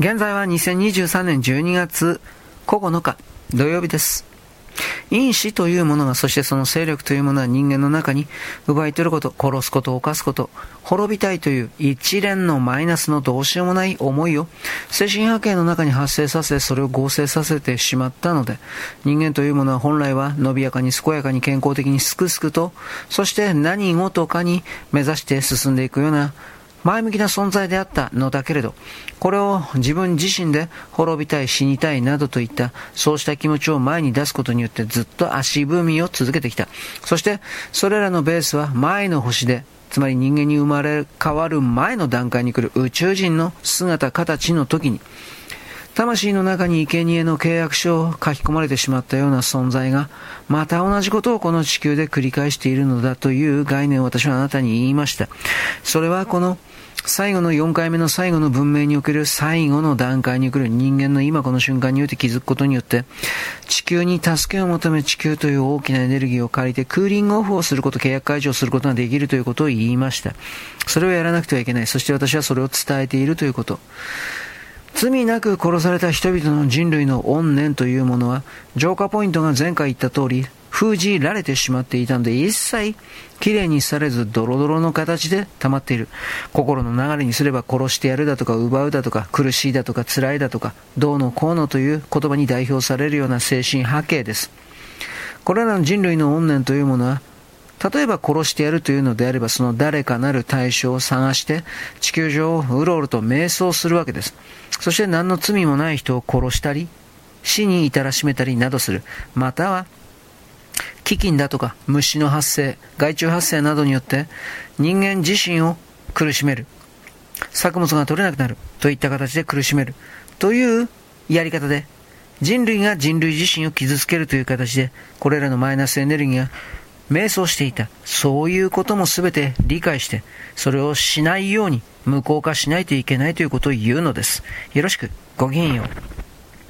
現在は2023年12月9日土曜日です。因子というものが、そしてその勢力というものは人間の中に奪い取ること、殺すこと、犯すこと、滅びたいという一連のマイナスのどうしようもない思いを精神波形の中に発生させ、それを合成させてしまったので、人間というものは本来は伸びやかに健やかに健康的にすくすくと、そして何事かに目指して進んでいくような前向きな存在であったのだけれど、これを自分自身で滅びたい、死にたいなどといったそうした気持ちを前に出すことによってずっと足踏みを続けてきた。そしてそれらのベースは前の星で、つまり人間に生まれ変わる前の段階に来る宇宙人の姿形の時に、魂の中に生贄の契約書を書き込まれてしまったような存在がまた同じことをこの地球で繰り返しているのだという概念を私はあなたに言いました。それはこの最後の4回目の最後の文明における最後の段階に来る人間の今この瞬間において気づくことによって、地球に助けを求め、地球という大きなエネルギーを借りてクーリングオフをすること、契約解除をすることができるということを言いました。それをやらなくてはいけない。そして私はそれを伝えているということ。罪なく殺された人々の人類の怨念というものは、浄化ポイントが前回言った通り封じられてしまっていたので、一切きれいにされずドロドロの形で溜まっている。心の流れにすれば殺してやるだとか奪うだとか苦しいだとか辛いだとかどうのこうのという言葉に代表されるような精神波形です。これらの人類の怨念というものは、例えば殺してやるというのであれば、その誰かなる対象を探して地球上をうろうろと迷走するわけです。そして何の罪もない人を殺したり死に至らしめたりなどする。または飢饉だとか虫の発生、害虫発生などによって人間自身を苦しめる、作物が取れなくなるといった形で苦しめるというやり方で、人類が人類自身を傷つけるという形でこれらのマイナスエネルギーが迷走していた。そういうことも全て理解して、それをしないように無効化しないといけないということを言うのです。よろしく。ごきげんよう。